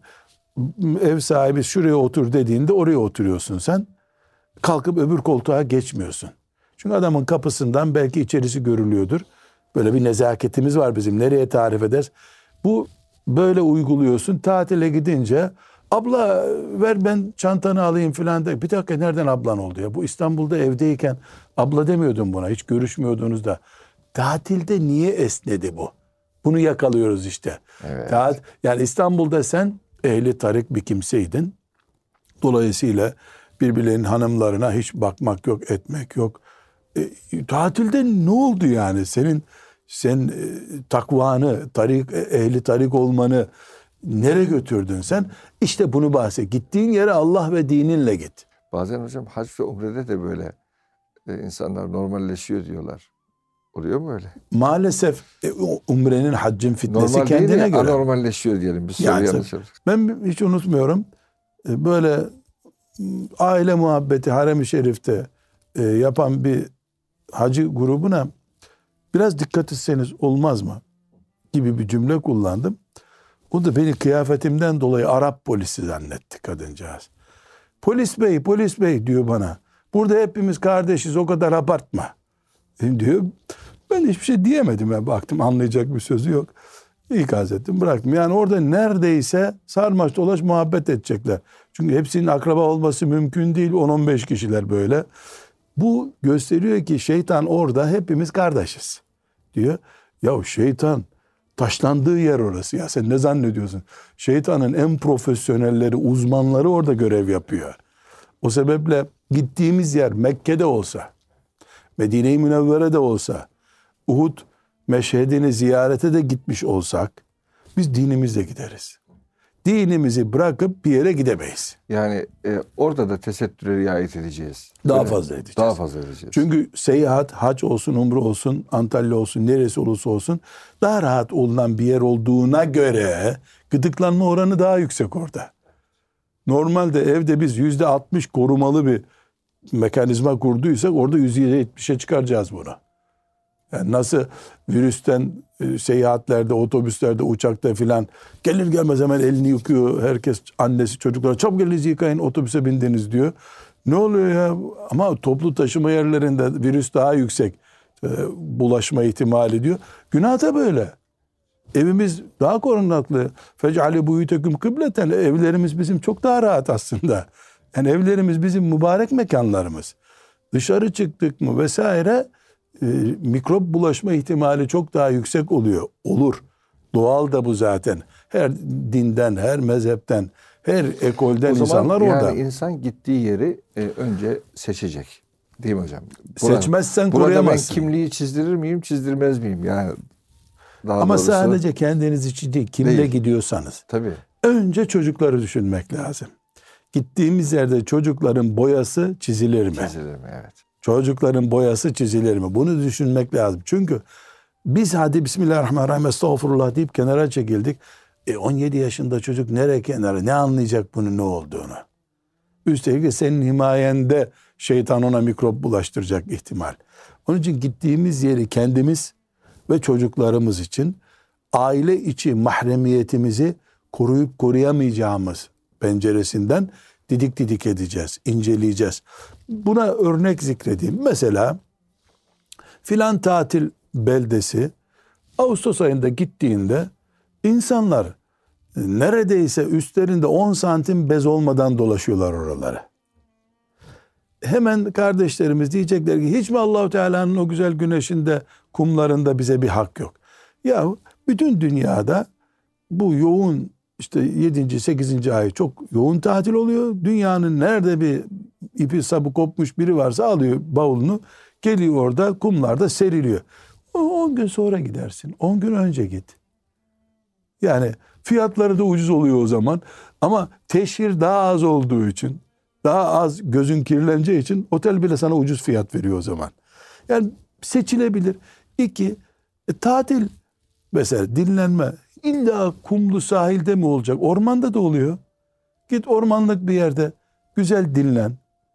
ev sahibi şuraya otur dediğinde oraya oturuyorsun sen. Kalkıp öbür koltuğa geçmiyorsun. Çünkü adamın kapısından belki içerisi görülüyordur. Böyle bir nezaketimiz var bizim. Nereye tarif eder? Bu böyle uyguluyorsun. Tatile gidince abla ver ben çantanı alayım filan de. Bir dakika nereden ablan oldu ya? Bu İstanbul'da evdeyken abla demiyordun buna. Hiç görüşmüyordunuz da. Tatilde niye esnedi bu? Bunu yakalıyoruz işte. Evet. Tat, yani İstanbul'da sen ehli tarik bir kimseydin. Dolayısıyla birbirlerinin hanımlarına hiç bakmak yok, etmek yok. E, tatilde ne oldu yani? Senin sen e, takvanı, tarik, ehli tarik olmanı nereye götürdün sen? İşte bunu bahset. Gittiğin yere Allah ve dininle git. Bazen hocam hac ve umrede de böyle e, insanlar normalleşiyor diyorlar. Oluyor mu öyle? Maalesef e, umrenin haccın fitnesi Normal değil kendine de göre. anormalleşiyor diyelim. Bir soru Yani yanlış olur. Ben hiç unutmuyorum. E, Böyle m, aile muhabbeti harem-i şerifte e, yapan bir hacı grubuna biraz dikkat etseniz olmaz mı? Gibi bir cümle kullandım. O da beni kıyafetimden dolayı Arap polisi zannetti kadıncağız. Polis bey, polis bey diyor bana. Burada hepimiz kardeşiz o kadar abartma. E, diyor. Ben hiçbir şey diyemedim. Ya. Baktım anlayacak bir sözü yok. İkaz ettim bıraktım. Yani orada neredeyse sarmaş dolaş muhabbet edecekler. Çünkü hepsinin akraba olması mümkün değil. on on beş kişiler böyle. Bu gösteriyor ki şeytan orada hepimiz kardeşiz diyor. Ya şeytan taşlandığı yer orası ya sen ne zannediyorsun? Şeytanın en profesyonelleri, uzmanları orada görev yapıyor. O sebeple gittiğimiz yer Mekke'de olsa, Medine-i Münevvere'de olsa, Uhud meşhedini ziyarete de gitmiş olsak biz dinimizle gideriz. Dinimizi bırakıp bir yere gidemeyiz. Yani e, orada da tesettüre riayet edeceğiz. Daha Öyle. fazla edeceğiz. Daha fazla edeceğiz. Çünkü seyahat, hac olsun, umre olsun, Antalya olsun, neresi olursa olsun daha rahat olunan bir yer olduğuna göre gıdıklanma oranı daha yüksek orada. Normalde evde biz yüzde altmış korumalı bir mekanizma kurduysak orada yüzde yetmişe çıkaracağız bunu. Yani nasıl virüsten e, seyahatlerde, otobüslerde, uçakta filan gelir gelmez hemen elini yıkıyor. Herkes annesi çocuklar çabuk elinizi yıkayın otobüse bindiniz diyor. Ne oluyor ya? Ama toplu taşıma yerlerinde virüs daha yüksek e, bulaşma ihtimali diyor. Günah da böyle. Evimiz daha korunaklı. Fec'ali buyutekum kıbleten. Evlerimiz bizim çok daha rahat aslında. Yani evlerimiz bizim mübarek mekanlarımız. Dışarı çıktık mı vesaire e, mikrop bulaşma ihtimali çok daha yüksek oluyor. Olur. Doğal da bu zaten. Her dinden, her mezhepten, her ekolden insanlar yani orada. insan gittiği yeri e, önce seçecek. Değil mi hocam? Seçmezsen burada koruyamazsın. ben kimliği çizdirir miyim, çizdirmez miyim? Yani daha Ama doğrusu, sadece kendiniz için değil, kimle değil. gidiyorsanız. Tabii. Önce çocukları düşünmek lazım. Gittiğimiz yerde çocukların boyası çizilir mi? Çizilir mi? Evet. Çocukların boyası çizilir mi? Bunu düşünmek lazım. Çünkü biz hadi Bismillahirrahmanirrahim estağfurullah deyip kenara çekildik. E on yedi yaşında çocuk nereye kenara? Ne anlayacak bunun ne olduğunu? Üstelik de senin himayende şeytan ona mikrop bulaştıracak ihtimal. Onun için gittiğimiz yeri kendimiz ve çocuklarımız için aile içi mahremiyetimizi koruyup koruyamayacağımız penceresinden didik didik edeceğiz, inceleyeceğiz. Buna örnek zikredeyim. Mesela filan tatil beldesi Ağustos ayında gittiğinde insanlar neredeyse üstlerinde on santim bez olmadan dolaşıyorlar oraları. Hemen kardeşlerimiz diyecekler ki hiç mi Allah-u Teala'nın o güzel güneşinde, kumlarında bize bir hak yok? Ya bütün dünyada bu yoğun işte yedinci sekizinci ay çok yoğun tatil oluyor. Dünyanın nerede bir ipi sapı kopmuş biri varsa alıyor bavulunu, geliyor orada kumlarda seriliyor. on gün sonra gidersin. on gün önce git. Yani fiyatları da ucuz oluyor o zaman. Ama teşhir daha az olduğu için, daha az gözün kirleneceği için otel bile sana ucuz fiyat veriyor o zaman. Yani seçilebilir. İki, e, tatil mesela dinlenme. İlla kumlu sahilde mi olacak? Ormanda da oluyor. Git ormanlık bir yerde güzel dinlen.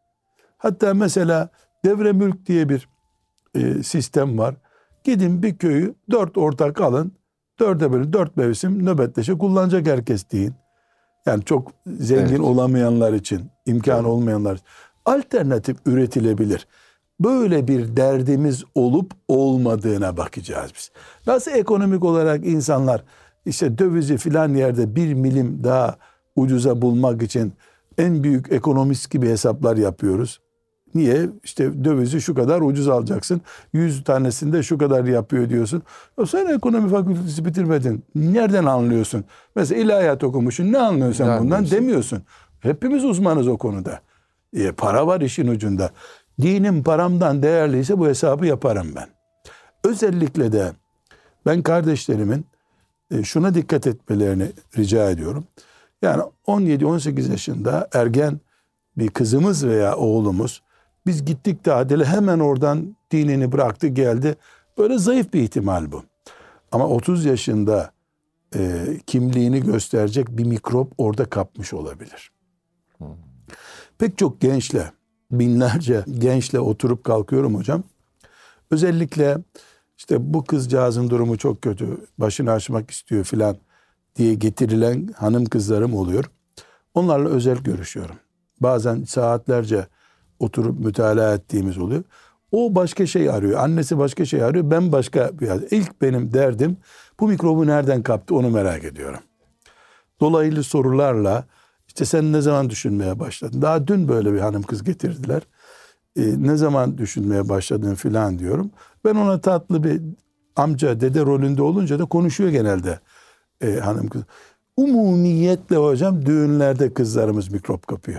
Hatta mesela devre mülk diye bir e, sistem var. Gidin bir köyü dört ortak alın. Dörde bölün, dört mevsim nöbetleşe kullanacak herkes deyin. Yani çok zengin evet. olamayanlar için, imkan evet. olmayanlar için. Alternatif üretilebilir. Böyle bir derdimiz olup olmadığına bakacağız biz. Nasıl ekonomik olarak insanlar işte dövizi filan yerde bir milim daha ucuza bulmak için en büyük ekonomist gibi hesaplar yapıyoruz. Niye? İşte dövizi şu kadar ucuz alacaksın. Yüz tanesinde şu kadar yapıyor diyorsun. O sen ekonomi fakültesi bitirmedin. Nereden anlıyorsun? Mesela ilahiyat okumuşsun. Ne anlıyorsun bundan anlıyorsun? Demiyorsun. Hepimiz uzmanız o konuda. E, para var işin ucunda. Dinim paramdan değerliyse bu hesabı yaparım ben. Özellikle de ben kardeşlerimin e, şuna dikkat etmelerini rica ediyorum. Yani on yedi on sekiz yaşında ergen bir kızımız veya oğlumuz biz gittik tatile hemen oradan dinini bıraktı geldi. Böyle zayıf bir ihtimal bu. Ama otuz yaşında e, kimliğini gösterecek bir mikrop orada kapmış olabilir. Hmm. Pek çok gençle, binlerce gençle oturup kalkıyorum hocam. Özellikle işte bu kızcağızın durumu çok kötü, başını açmak istiyor filan diye getirilen hanım kızlarım oluyor. Onlarla özel görüşüyorum. Bazen saatlerce oturup mütalaa ettiğimiz oluyor. O başka şey arıyor. Annesi başka şey arıyor. Ben başka bir... İlk benim derdim bu mikrobu nereden kaptı onu merak ediyorum. Dolaylı sorularla işte sen ne zaman düşünmeye başladın? Daha dün böyle bir hanım kız getirdiler. Ee, ne zaman düşünmeye başladın filan diyorum. Ben ona tatlı bir amca dede rolünde olunca da konuşuyor genelde ee, hanım kız. Umumiyetle hocam düğünlerde kızlarımız mikrop kapıyor.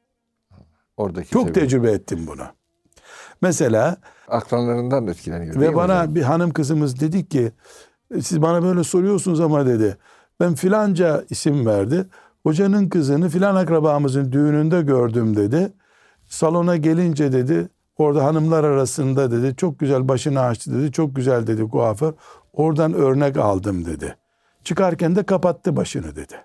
Oradaki çok sebebi. Tecrübe ettim bunu. Mesela akranlarından etkileniyor. Ve bana hocam? Bir hanım kızımız dedi ki siz bana böyle soruyorsunuz ama dedi ben filanca isim verdi. Hocanın kızını filan akrabamızın düğününde gördüm dedi. Salona gelince dedi orada hanımlar arasında dedi çok güzel başını açtı dedi. Çok güzel dedi kuaför. Oradan örnek aldım dedi. Çıkarken de kapattı başını dedi.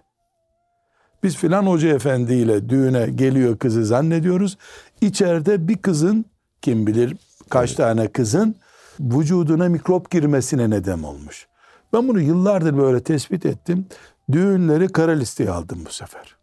Biz filan hoca efendiyle düğüne geliyor kızı zannediyoruz. İçeride bir kızın kim bilir kaç evet. tane kızın vücuduna mikrop girmesine neden olmuş. Ben bunu yıllardır böyle tespit ettim. Düğünleri kara listeye aldım bu sefer.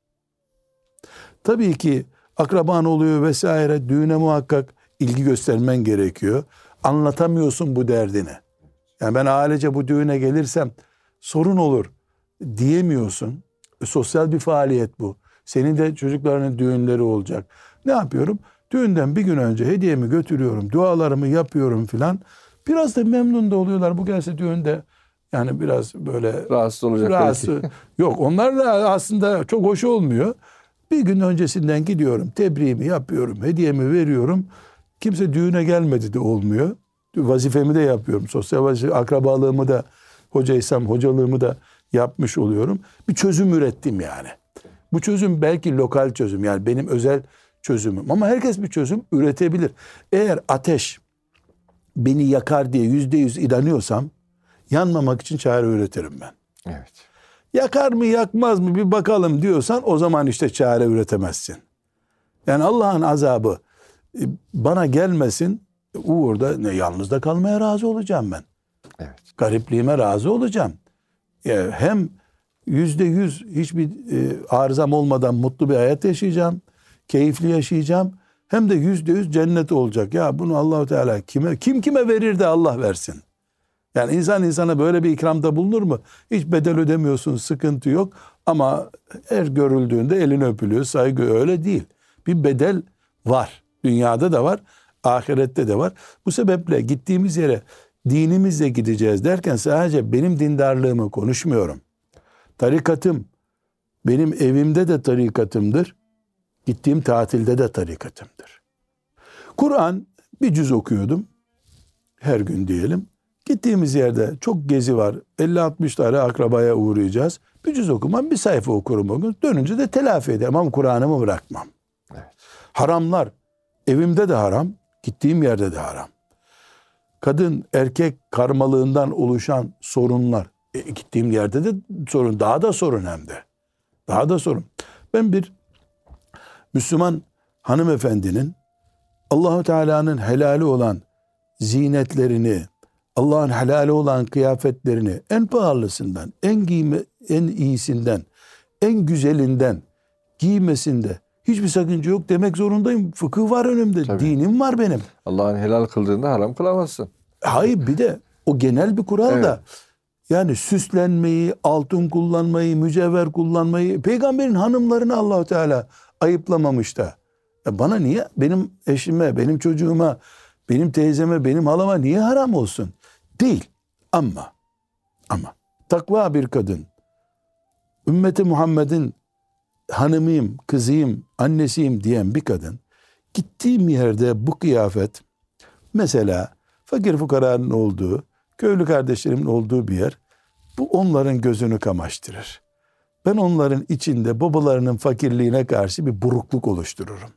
Tabii ki akraban oluyor vesaire düğüne muhakkak ilgi göstermen gerekiyor. Anlatamıyorsun bu derdini. Yani ben ailece bu düğüne gelirsem sorun olur diyemiyorsun. E, sosyal bir faaliyet bu. Senin de çocuklarının düğünleri olacak. Ne yapıyorum? Düğünden bir gün önce hediyemi götürüyorum, dualarımı yapıyorum filan. Biraz da memnun da oluyorlar. Bu gelse düğünde yani biraz böyle Rahatsız olacak rahatsız. belki. Yok, onlar da aslında çok hoş olmuyor. Bir gün öncesinden gidiyorum, tebriğimi yapıyorum, hediyemi veriyorum. Kimse düğüne gelmedi de olmuyor. Vazifemi de yapıyorum. Sosyal vazife, akrabalığımı da, hocaysam hocalığımı da yapmış oluyorum. Bir çözüm ürettim yani. Bu çözüm belki lokal çözüm, yani benim özel çözümüm. Ama herkes bir çözüm üretebilir. Eğer ateş beni yakar diye yüzde yüz inanıyorsam, yanmamak için çare üretirim ben. Evet. Yakar mı yakmaz mı bir bakalım diyorsan, o zaman işte çare üretemezsin. Yani Allah'ın azabı e, bana gelmesin, uğurda ne yalnızda kalmaya razı olacağım ben. Evet. Garipliğime razı olacağım. E, hem yüzde yüz hiçbir e, arızam olmadan mutlu bir hayat yaşayacağım. Keyifli yaşayacağım. Hem de yüzde yüz cennet olacak. Ya bunu Allah-u Teala kime, kim kime verir de Allah versin. Yani insan insana böyle bir ikramda bulunur mu? Hiç bedel ödemiyorsun, sıkıntı yok. Ama her görüldüğünde elin öpülüyor, saygı, öyle değil. Bir bedel var. Dünyada da var, ahirette de var. Bu sebeple gittiğimiz yere dinimizle gideceğiz derken sadece benim dindarlığımı konuşmuyorum. Tarikatım, benim evimde de tarikatımdır. Gittiğim tatilde de tarikatımdır. Kur'an bir cüz okuyordum. Her gün diyelim. Gittiğimiz yerde çok gezi var. elli altmış tane akrabaya uğrayacağız. Bir cüz okumam, bir sayfa okurum o gün. Dönünce de telafi ederim ama Kur'an'ımı bırakmam. Evet. Haramlar. Evimde de haram, gittiğim yerde de haram. Kadın erkek karmalığından oluşan sorunlar. E, gittiğim yerde de sorun. Daha da sorun hem de. Daha da sorun. Ben bir Müslüman hanımefendinin Allah-u Teala'nın helali olan zinetlerini, Allah'ın helali olan kıyafetlerini en pahalısından, en giyme, en iyisinden, en güzelinden giymesinde hiçbir sakınca yok demek zorundayım. Fıkıh var önümde, Tabii. dinim var benim. Allah'ın helal kıldığında haram kılamazsın. Hayır, bir de o genel bir kural Evet. da, yani süslenmeyi, altın kullanmayı, mücevher kullanmayı, peygamberin hanımlarını Allah-u Teala ayıplamamış da. Ya bana niye, benim eşime, benim çocuğuma, benim teyzeme, benim halama niye haram olsun? Değil. Ama ama takva bir kadın, ümmeti Muhammed'in hanımıyım, kızıyım, annesiyim diyen bir kadın, gittiğim yerde bu kıyafet, mesela fakir fukaranın olduğu, köylü kardeşlerimin olduğu bir yer, bu onların gözünü kamaştırır. Ben onların içinde babalarının fakirliğine karşı bir burukluk oluştururum.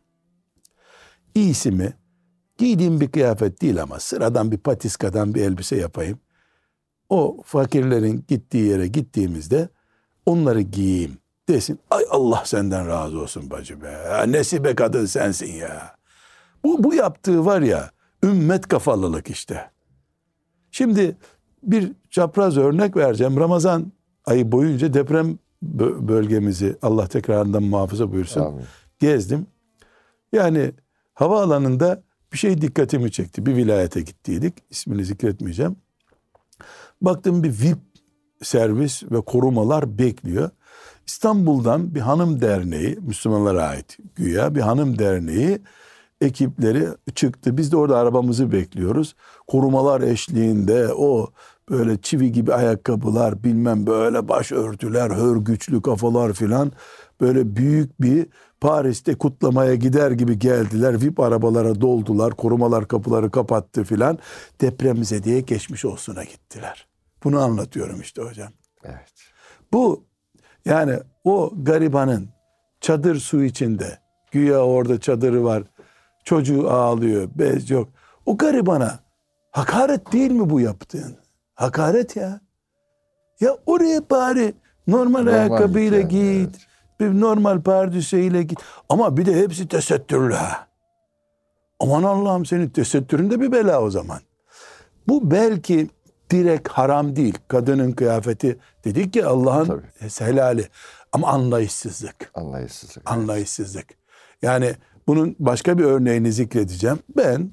İyisi mi? Giydiğim bir kıyafet değil ama sıradan bir patiskadan bir elbise yapayım. O fakirlerin gittiği yere gittiğimizde onları giyeyim desin. Ay Allah senden razı olsun bacı be. Ya, nesi be kadın sensin ya. Bu, bu yaptığı var ya, ümmet kafalılık işte. Şimdi bir çapraz örnek vereceğim. Ramazan ayı boyunca deprem bölgemizi Allah tekrarından muhafaza buyursun. Amin. Gezdim. Yani havaalanında bir şey dikkatimi çekti. Bir vilayete gittiydik. İsmini zikretmeyeceğim. Baktım bir V I P servis ve korumalar bekliyor. İstanbul'dan bir hanım derneği, Müslümanlara ait güya bir hanım derneği ekipleri çıktı. Biz de orada arabamızı bekliyoruz. Korumalar eşliğinde o böyle çivi gibi ayakkabılar, bilmem böyle başörtüler, hörgüçlü kafalar filan, böyle büyük bir Paris'te kutlamaya gider gibi geldiler. V I P arabalara doldular. Korumalar kapıları kapattı filan. Depremize diye geçmiş olsuna gittiler. Bunu anlatıyorum işte hocam. Evet. Bu yani o garibanın çadır su içinde, güya orada çadırı var, çocuğu ağlıyor, bez yok. O garibana hakaret değil mi bu yaptığın? Hakaret ya. Ya oraya bari normal, normal ayakkabıyla git. Yani, evet. Bir normal pardüseyle git. Ama bir de hepsi tesettürlü ha. Aman Allah'ım, senin tesettüründe bir bela o zaman. Bu belki direkt haram değil. Kadının kıyafeti dedik ki Allah'ın helali. Ama anlayışsızlık. Anlayışsızlık. Anlayışsızlık. Yani bunun başka bir örneğini zikredeceğim. Ben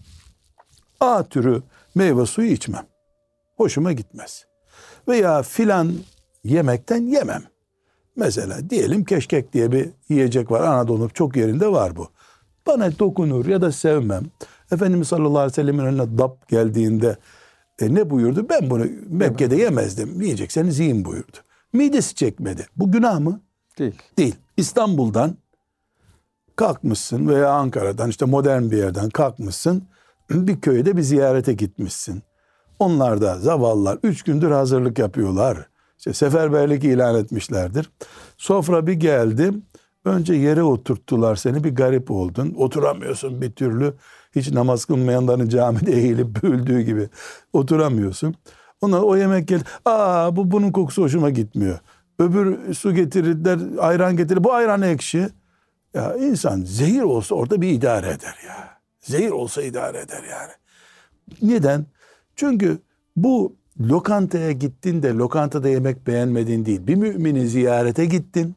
A türü meyve suyu içmem. Hoşuma gitmez. Veya filan yemekten yemem. Mesela diyelim keşkek diye bir yiyecek var. Anadolu'nun çok yerinde var bu. Bana dokunur ya da sevmem. Efendimiz sallallahu aleyhi ve sellemin önüne dap geldiğinde e, ne buyurdu? Ben bunu Mekke'de yemezdim. Yiyecekseniz yiyin buyurdu. Midesi çekmedi. Bu günah mı? Değil. Değil. İstanbul'dan kalkmışsın veya Ankara'dan işte modern bir yerden kalkmışsın. Bir köyde bir ziyarete gitmişsin. Onlar da zavallılar üç gündür hazırlık yapıyorlar. İşte seferberlik ilan etmişlerdir. Sofra bir geldi. Önce yere oturttular seni, bir garip oldun. Oturamıyorsun bir türlü. Hiç namaz kılmayanların camide eğilip böldüğü gibi oturamıyorsun. Ona o yemek geldi. Aa bu bunun kokusu hoşuma gitmiyor. Öbür su getirirler, ayran getirir. Bu ayran ekşi. Ya insan zehir olsa orada bir idare eder ya. Zehir olsa idare eder yani. Neden? Çünkü bu lokantaya gittin de lokantada yemek beğenmedin değil. Bir mümini ziyarete gittin.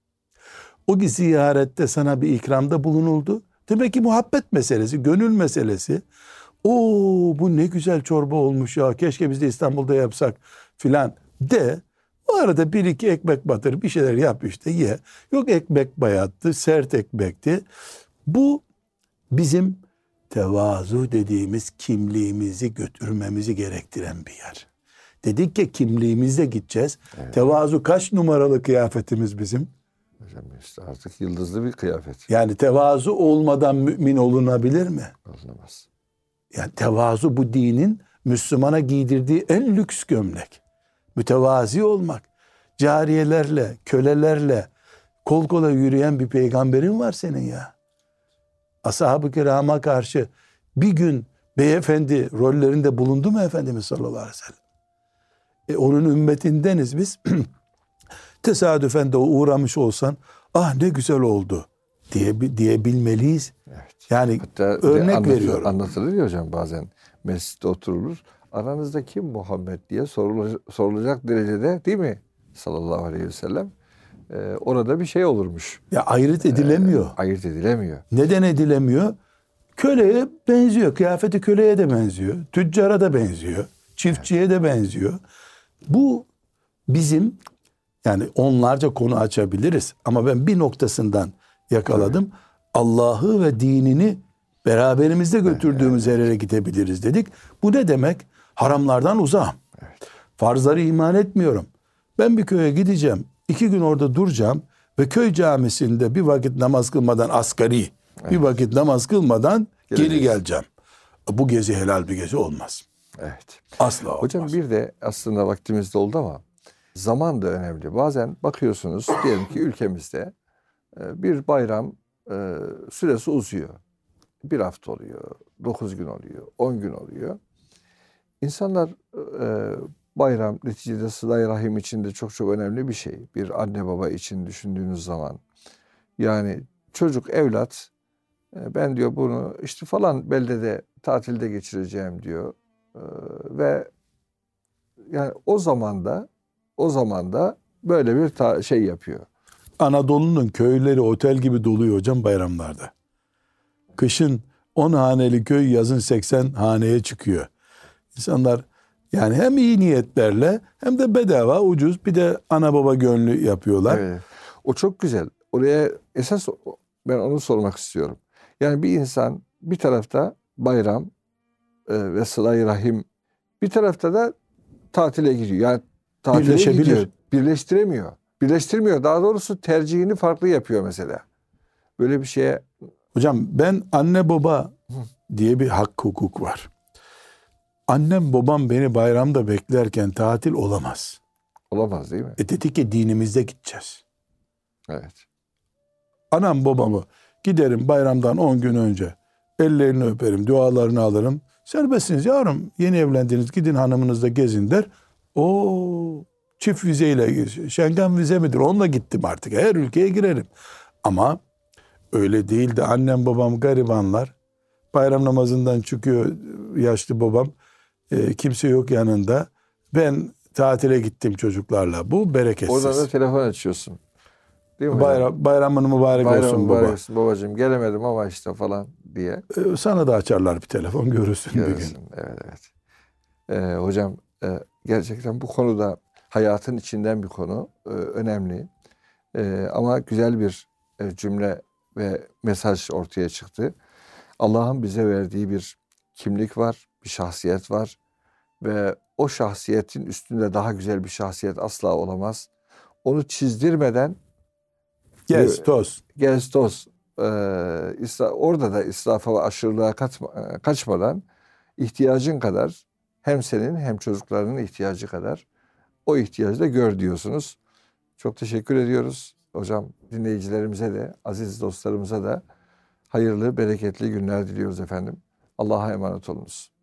O ziyarette sana bir ikramda bulunuldu. Demek ki muhabbet meselesi, gönül meselesi. Oo bu ne güzel çorba olmuş ya. Keşke biz de İstanbul'da yapsak filan de. O arada bir iki ekmek batır, bir şeyler yap işte ye. Yok ekmek bayattı, sert ekmekti. Bu bizim tevazu dediğimiz kimliğimizi götürmemizi gerektiren bir yer. Dedik ki kimliğimizle gideceğiz. Evet. Tevazu kaç numaralı kıyafetimiz bizim? Hocam işte artık yıldızlı bir kıyafet. Yani tevazu olmadan mümin olunabilir mi? Olunamaz. Yani tevazu bu dinin Müslümana giydirdiği en lüks gömlek. Mütevazi olmak. Cariyelerle, kölelerle kol kola yürüyen bir peygamberin var senin ya. Ashab-ı kirama karşı bir gün beyefendi rollerinde bulundu mu Efendimiz sallallahu aleyhi ve sellem? E onun ümmetindeniz biz. Tesadüfen de uğramış olsan ah ne güzel oldu diye diyebilmeliyiz. Evet. Yani hatta örnek anlatılır, veriyorum. Anlatılır ya hocam bazen mescitte oturulur. Aranızda kim Muhammed diye sorulacak, sorulacak derecede değil mi? Sallallahu aleyhi ve sellem. Ee, orada bir şey olurmuş. Ya ayırt edilemiyor. Ee, ayırt edilemiyor. Neden edilemiyor? Köleye benziyor. Kıyafeti köleye de benziyor. Tüccara da benziyor. Çiftçiye evet. de benziyor. Bu bizim yani onlarca konu açabiliriz. Ama ben bir noktasından yakaladım. Evet. Allah'ı ve dinini beraberimizde götürdüğümüz evet. yerlere gidebiliriz dedik. Bu ne demek? Haramlardan uzağım. Evet. Farzları iman etmiyorum. Ben bir köye gideceğim. iki gün orada duracağım. Ve köy camisinde bir vakit namaz kılmadan asgari, evet. bir vakit namaz kılmadan Geliriz. geri geleceğim. Bu gezi helal bir gezi olmaz. Evet. Asla olmaz. Hocam bir de aslında vaktimiz doldu ama zaman da önemli. Bazen bakıyorsunuz diyelim ki ülkemizde bir bayram süresi uzuyor. Bir hafta oluyor, dokuz gün oluyor, on gün oluyor. İnsanlar bayram neticede sıla-i rahim için de çok çok önemli bir şey. Bir anne baba için düşündüğünüz zaman. Yani çocuk, evlat ben diyor bunu işte falan beldede tatilde geçireceğim diyor. Ve yani o zamanda o zamanda böyle bir ta- şey yapıyor. Anadolu'nun köyleri otel gibi doluyor hocam bayramlarda. Kışın on haneli köy yazın seksen haneye çıkıyor. İnsanlar yani hem iyi niyetlerle hem de bedava ucuz bir de ana baba gönlü yapıyorlar. Evet. O çok güzel. Oraya esas ben onu sormak istiyorum. Yani bir insan bir tarafta bayram e, ve sıla-i rahim, bir tarafta da tatile gidiyor. Yani tatile gidiyor. Birleştiremiyor. Birleştirmiyor. Daha doğrusu tercihini farklı yapıyor mesela. Böyle bir şeye. Hocam ben anne baba diye bir hak hukuk var. Annem babam beni bayramda beklerken tatil olamaz. Olamaz değil mi? E dedi ki dinimizde gideceğiz. Evet. Anam babamı giderim bayramdan on gün önce. Ellerini öperim, dualarını alırım. Serbestsiniz yavrum. Yeni evlendiniz, gidin hanımınızla gezin der. O çift vizeyle, Schengen vize midir? Onunla gittim artık. Her ülkeye girerim. Ama öyle değil de annem babam garibanlar. Bayram namazından çıkıyor yaşlı babam. E, kimse yok yanında. Ben tatile gittim çocuklarla. Bu bereketsiz. Orada da telefon açıyorsun. Değil mi? Bayram, bayramın mübarek Bayram olsun mübarek baba. Olsun babacığım, gelemedim ama işte falan diye. E, sana da açarlar bir telefon, görürsün, görürsün. bir gün. Evet evet. Ee, hocam e, gerçekten bu konuda hayatın içinden bir konu. E, önemli. E, ama güzel bir e, cümle ve mesaj ortaya çıktı. Allah'ın bize verdiği bir kimlik var, bir şahsiyet var ve o şahsiyetin üstünde daha güzel bir şahsiyet asla olamaz. Onu çizdirmeden Gez, toz. gez toz, e, isra- orada da israfa ve aşırılığa katma, e, kaçmadan ihtiyacın kadar, hem senin hem çocuklarının ihtiyacı kadar o ihtiyacı da gör diyorsunuz. Çok teşekkür ediyoruz. Hocam, dinleyicilerimize de, aziz dostlarımıza da hayırlı, bereketli günler diliyoruz efendim. Allah'a emanet olunuz.